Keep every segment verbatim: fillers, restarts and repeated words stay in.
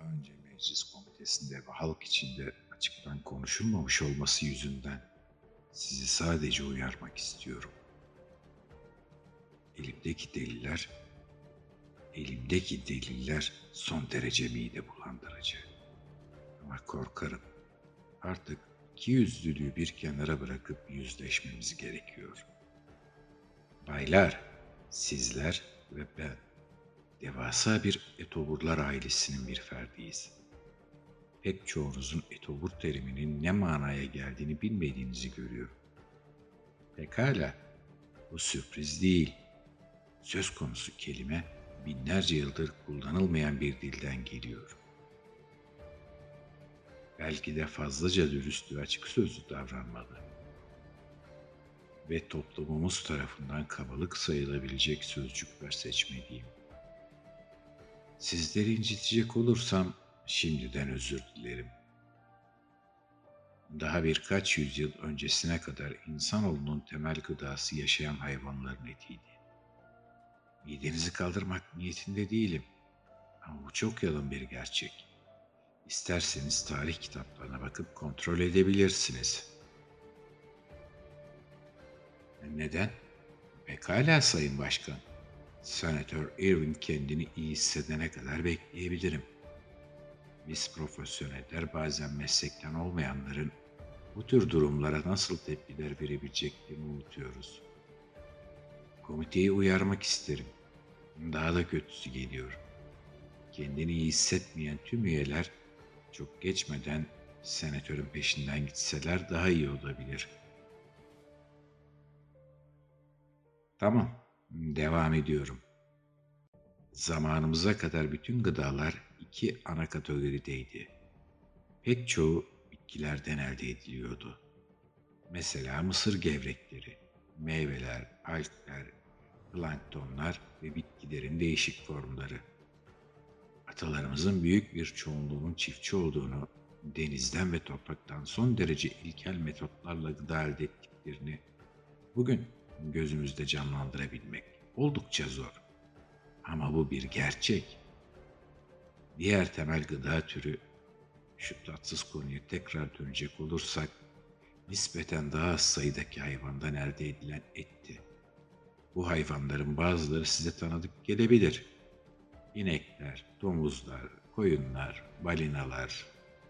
daha önce meclis komitesinde ve halk içinde açıktan konuşulmamış olması yüzünden sizi sadece uyarmak istiyorum. Elimdeki deliller, elimdeki deliller son derece mide bulandırıcı. Ama korkarım artık ikiyüzlülüğü bir kenara bırakıp yüzleşmemiz gerekiyor. Baylar, sizler ve ben devasa bir etoburlar ailesinin bir ferdiyiz. Pek çoğunuzun etobur teriminin ne manaya geldiğini bilmediğinizi görüyorum. Pekala, bu sürpriz değil. Söz konusu kelime binlerce yıldır kullanılmayan bir dilden geliyor. Belki de fazlaca dürüst ve açık sözlü davranmalı ve toplumumuz tarafından kabalık sayılabilecek sözcükler seçmeliyim. Sizleri incitecek olursam şimdiden özür dilerim. Daha birkaç yüzyıl öncesine kadar insanoğlunun temel gıdası yaşayan hayvanların etiydi. Midenizi kaldırmak niyetinde değilim ama bu çok yalın bir gerçek. İsterseniz tarih kitaplarına bakıp kontrol edebilirsiniz. Neden? Pekala Sayın Başkan. Senatör Irving kendini iyi hissedene kadar bekleyebilirim. Biz profesyoneller bazen meslekten olmayanların bu tür durumlara nasıl tepkiler verebileceklerini unutuyoruz. Komiteyi uyarmak isterim. Daha da kötüsü geliyor. Kendini iyi hissetmeyen tüm üyeler çok geçmeden senatörün peşinden gitseler daha iyi olabilir. Tamam, devam ediyorum. Zamanımıza kadar bütün gıdalar iki ana kategorideydi. Pek çoğu bitkilerden elde ediliyordu. Mesela mısır gevrekleri, meyveler, algler, planktonlar ve bitkilerin değişik formları. Atalarımızın büyük bir çoğunluğunun çiftçi olduğunu, denizden ve topraktan son derece ilkel metotlarla gıda elde ettiklerini bugün gözümüzde canlandırabilmek oldukça zor. Ama bu bir gerçek. Diğer temel gıda türü, şu tatsız konuya tekrar dönecek olursak, nispeten daha az sayıdaki hayvandan elde edilen etti. Bu hayvanların bazıları size tanıdık gelebilir. İnekler, domuzlar, koyunlar, balinalar.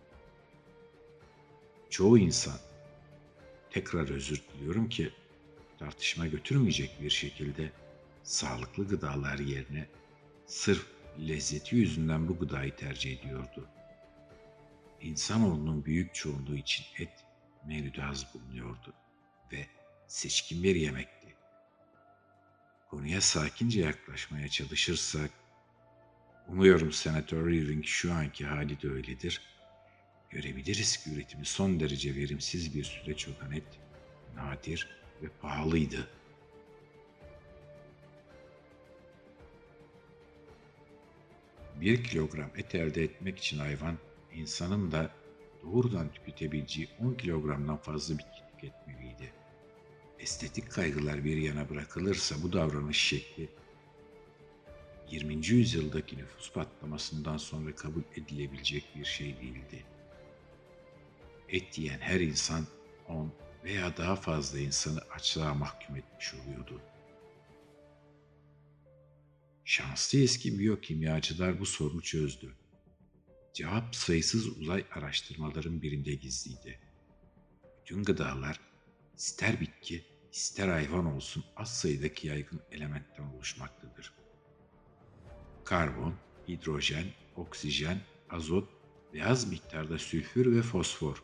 Çoğu insan, tekrar özür diliyorum ki tartışma götürmeyecek bir şekilde sağlıklı gıdalar yerine sırf lezzeti yüzünden bu gıdayı tercih ediyordu. İnsanoğlunun büyük çoğunluğu için et menüde az bulunuyordu ve seçkin bir yemekti. Konuya sakince yaklaşmaya çalışırsak, umuyorum Senatör Irving şu anki hali de öyledir. Görebiliriz ki üretimi son derece verimsiz bir süreç olan et, nadir ve pahalıydı. Bir kilogram et elde etmek için hayvan, insanın da doğrudan tüketebileceği on kilogramdan fazla bitki tüketmeliydi. Estetik kaygılar bir yana bırakılırsa bu davranış şekli, yirminci yüzyıldaki nüfus patlamasından sonra kabul edilebilecek bir şey değildi. Et yiyen her insan on veya daha fazla insanı açlığa mahkum etmiş oluyordu. Şanslı eski biyokimyacılar bu sorunu çözdü. Cevap sayısız uzay araştırmaların birinde gizliydi. Bütün gıdalar, ister bitki, ister hayvan olsun az sayıdaki yaygın elementten oluşmaktadır. Karbon, hidrojen, oksijen, azot ve az miktarda sülfür ve fosfor.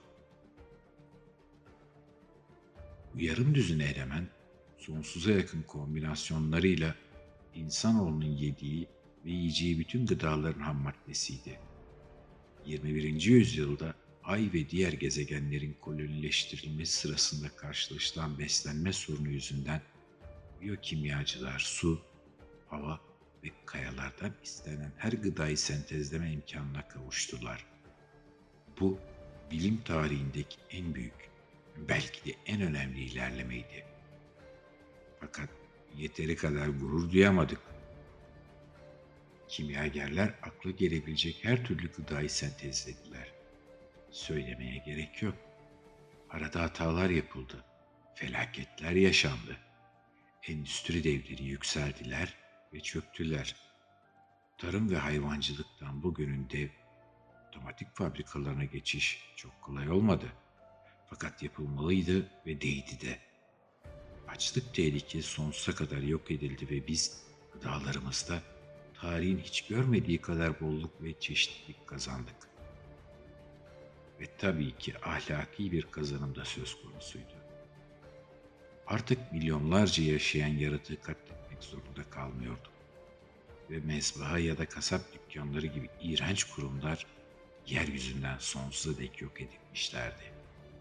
Bu yarım düzine element, sonsuza yakın kombinasyonlarıyla insanoğlunun yediği ve yiyeceği bütün gıdaların hammaddesiydi. yirmi birinci yüzyılda Ay ve diğer gezegenlerin kolonileştirilmesi sırasında karşılaşılan beslenme sorunu yüzünden biyokimyacılar su, hava ve kayalardan istenen her gıdayı sentezleme imkanına kavuştular. Bu, bilim tarihindeki en büyük, belki de en önemli ilerlemeydi. Fakat yeteri kadar gurur duyamadık. Kimyagerler akla gelebilecek her türlü gıdayı sentezlediler. Söylemeye gerek yok. Arada hatalar yapıldı. Felaketler yaşandı. Endüstri devleri yükseldiler ve çöktüler. Tarım ve hayvancılıktan bugünün dev otomatik fabrikalarına geçiş çok kolay olmadı. Fakat yapılmalıydı ve değdi de. Açlık tehlikesi sonsuza kadar yok edildi ve biz gıdalarımızda tarihin hiç görmediği kadar bolluk ve çeşitlilik kazandık. Ve tabii ki ahlaki bir kazanım da söz konusuydu. Artık milyonlarca yaşayan yaratığı katletmek zorunda kalmıyorduk. Ve mezbaha ya da kasap dükkanları gibi iğrenç kurumlar yeryüzünden sonsuza dek yok edilmişlerdi.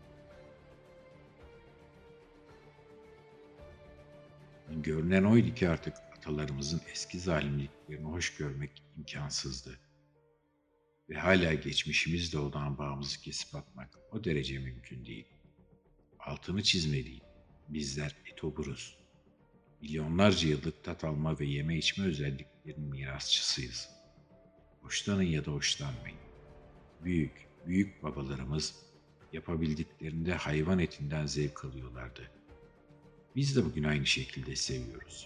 Görünen oydu ki artık atalarımızın eski zalimliklerini hoş görmek imkansızdı. Ve hala geçmişimizle olan bağımızı kesip atmak o derece mümkün değil. Altını çizmeliyim. Bizler etoburuz. Milyonlarca yıllık tat alma ve yeme içme özelliklerinin mirasçısıyız. Hoşlanın ya da hoşlanmayın. Büyük, büyük babalarımız yapabildiklerinde hayvan etinden zevk alıyorlardı. Biz de bugün aynı şekilde seviyoruz.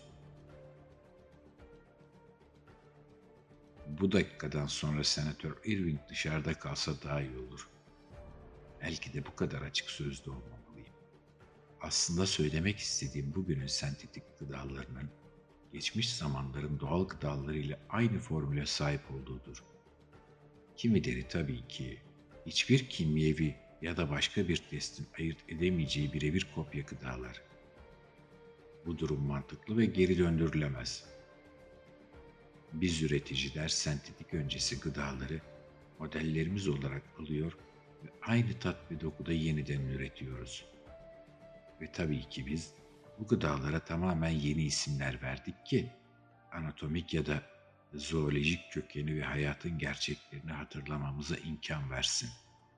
Bu dakikadan sonra Senatör Irving dışarıda kalsa daha iyi olur. Belki de bu kadar açık sözlü olmamalıyım. Aslında söylemek istediğim bugünün sentetik gıdalarının geçmiş zamanların doğal gıdalarıyla aynı formüle sahip olduğudur. Kimileri tabii ki hiçbir kimyevi ya da başka bir testin ayırt edemeyeceği birebir kopya gıdalar. Bu durum mantıklı ve geri döndürülemez. Biz üreticiler sentetik öncesi gıdaları modellerimiz olarak alıyor ve aynı tat ve dokuda yeniden üretiyoruz. Ve tabii ki biz bu gıdalara tamamen yeni isimler verdik ki anatomik ya da zoolojik kökeni ve hayatın gerçeklerini hatırlamamıza imkan versin.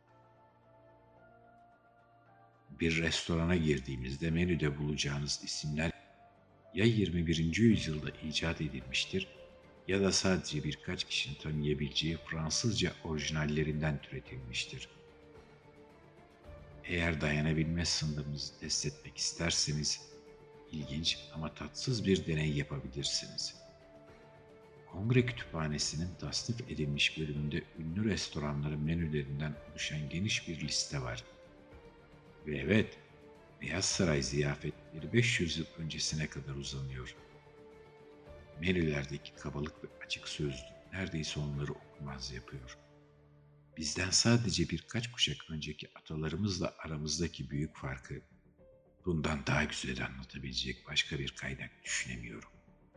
Bir restorana girdiğimizde menüde bulacağınız isimler ya yirmi birinci yüzyılda icat edilmiştir ya da sadece birkaç kişinin tanıyabileceği Fransızca orijinallerinden türetilmiştir. Eğer dayanabilme sınırınızı test etmek isterseniz ilginç ama tatsız bir deney yapabilirsiniz. Kongre Kütüphanesi'nin tasnif edilmiş bölümünde ünlü restoranların menülerinden oluşan geniş bir liste var. Ve evet, Beyaz Saray ziyafetleri beş yüz yıl öncesine kadar uzanıyor. Menülerdeki kabalık ve açık sözlük neredeyse onları okumaz yapıyor. Bizden sadece birkaç kuşak önceki atalarımızla aramızdaki büyük farkı bundan daha güzel anlatabilecek başka bir kaynak düşünemiyorum.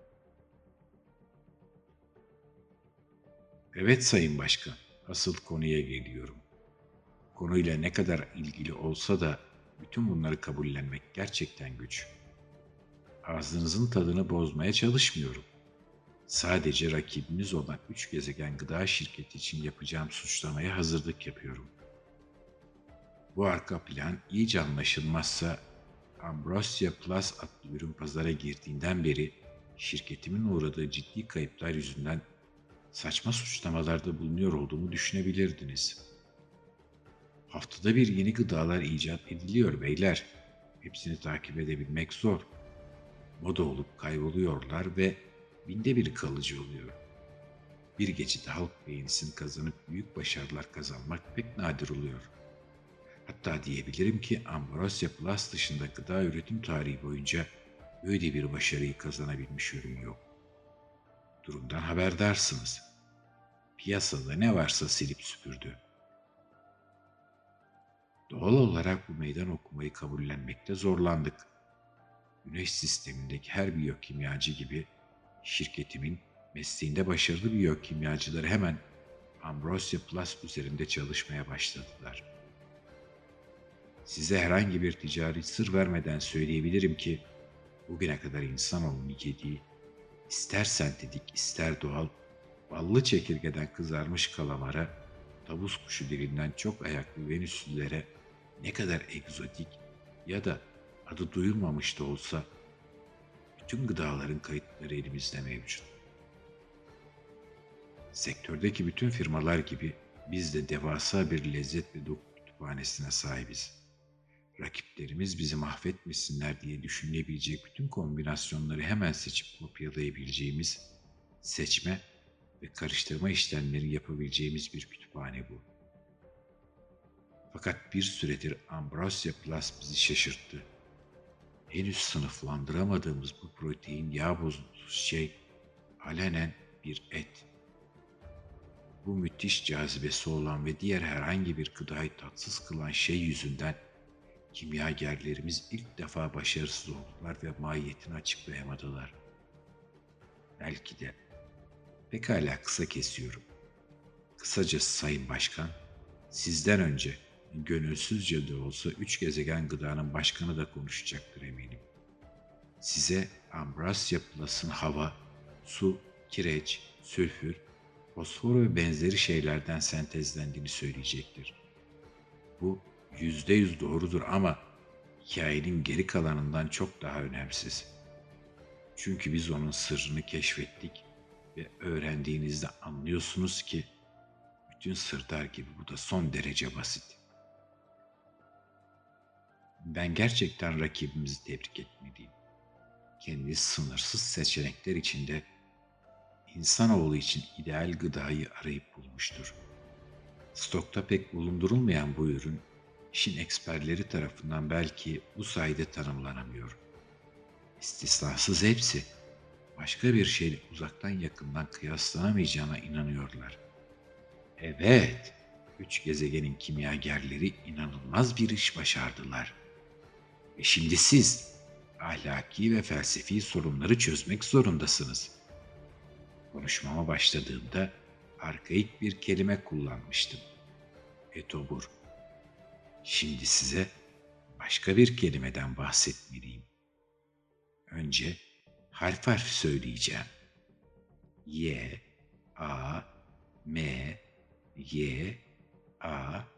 Evet Sayın Başkan, asıl konuya geliyorum. Konuyla ne kadar ilgili olsa da bütün bunları kabullenmek gerçekten güç. Ağzınızın tadını bozmaya çalışmıyorum. Sadece rakibimiz olan üç gezegen gıda şirketi için yapacağım suçlamaya hazırlık yapıyorum. Bu arka plan iyice anlaşılmazsa Ambrosia Plus adlı ürün pazara girdiğinden beri şirketimin uğradığı ciddi kayıplar yüzünden saçma suçlamalarda bulunuyor olduğumu düşünebilirdiniz. Haftada bir yeni gıdalar icat ediliyor beyler. Hepsini takip edebilmek zor. Moda olup kayboluyorlar ve binde biri kalıcı oluyor. Bir gecede halk beğenisini kazanıp büyük başarılar kazanmak pek nadir oluyor. Hatta diyebilirim ki Ambrosia Plus dışında gıda üretim tarihi boyunca böyle bir başarıyı kazanabilmiş ürün yok. Durumdan haberdarsınız. Piyasada ne varsa silip süpürdü. Doğal olarak bu meydan okumayı kabullenmekte zorlandık. Güneş sistemindeki her biyokimyacı gibi şirketimin mesleğinde başarılı biyokimyacıları hemen Ambrosia Plus üzerinde çalışmaya başladılar. Size herhangi bir ticari sır vermeden söyleyebilirim ki bugüne kadar insanoğlunun yediği ister sentetik ister doğal ballı çekirgeden kızarmış kalamara, tavus kuşu dilinden çok ayaklı venüslülere ne kadar egzotik ya da adı duyulmamış da olsa bütün gıdaların kayıtları elimizde mevcut. Sektördeki bütün firmalar gibi biz de devasa bir lezzet ve doku kütüphanesine sahibiz. Rakiplerimiz bizi mahvetmesinler diye düşünülebilecek bütün kombinasyonları hemen seçip kopyalayabileceğimiz, seçme ve karıştırma işlemleri yapabileceğimiz bir kütüphane bu. Fakat bir süredir Ambrosia Plus bizi şaşırttı. Henüz sınıflandıramadığımız bu protein yağ bozuntusu şey alenen bir et. Bu müthiş cazibesi olan ve diğer herhangi bir gıdayı tatsız kılan şey yüzünden kimyagerlerimiz ilk defa başarısız oldular ve mahiyetini açıklayamadılar. Belki de. Pekala kısa kesiyorum. Kısacası Sayın Başkan, sizden önce gönülsüzce de olsa üç gezegen gıdanın başkanı da konuşacaktır eminim. Size Ambrosia Plus'ın hava, su, kireç, sülfür, fosfor ve benzeri şeylerden sentezlendiğini söyleyecektir. Bu yüzde yüz doğrudur ama hikayenin geri kalanından çok daha önemsiz. Çünkü biz onun sırrını keşfettik ve öğrendiğinizde anlıyorsunuz ki bütün sırlar gibi bu da son derece basit. Ben gerçekten rakibimizi tebrik etmeliyim. Kendi sınırsız seçenekler içinde insanoğlu için ideal gıdayı arayıp bulmuştur. Stokta pek bulundurulmayan bu ürün, işin eksperleri tarafından belki bu sayede tanımlanamıyor. İstisnasız hepsi, başka bir şeyle uzaktan yakından kıyaslanamayacağına inanıyorlar. Evet, üç gezegenin kimyagerleri inanılmaz bir iş başardılar. Ve şimdi siz, ahlaki ve felsefi sorunları çözmek zorundasınız. Konuşmama başladığımda arkaik bir kelime kullanmıştım. Etobur. Şimdi size başka bir kelimeden bahsetmeliyim. Önce harf harf söyleyeceğim. Y, A, M, Y, A,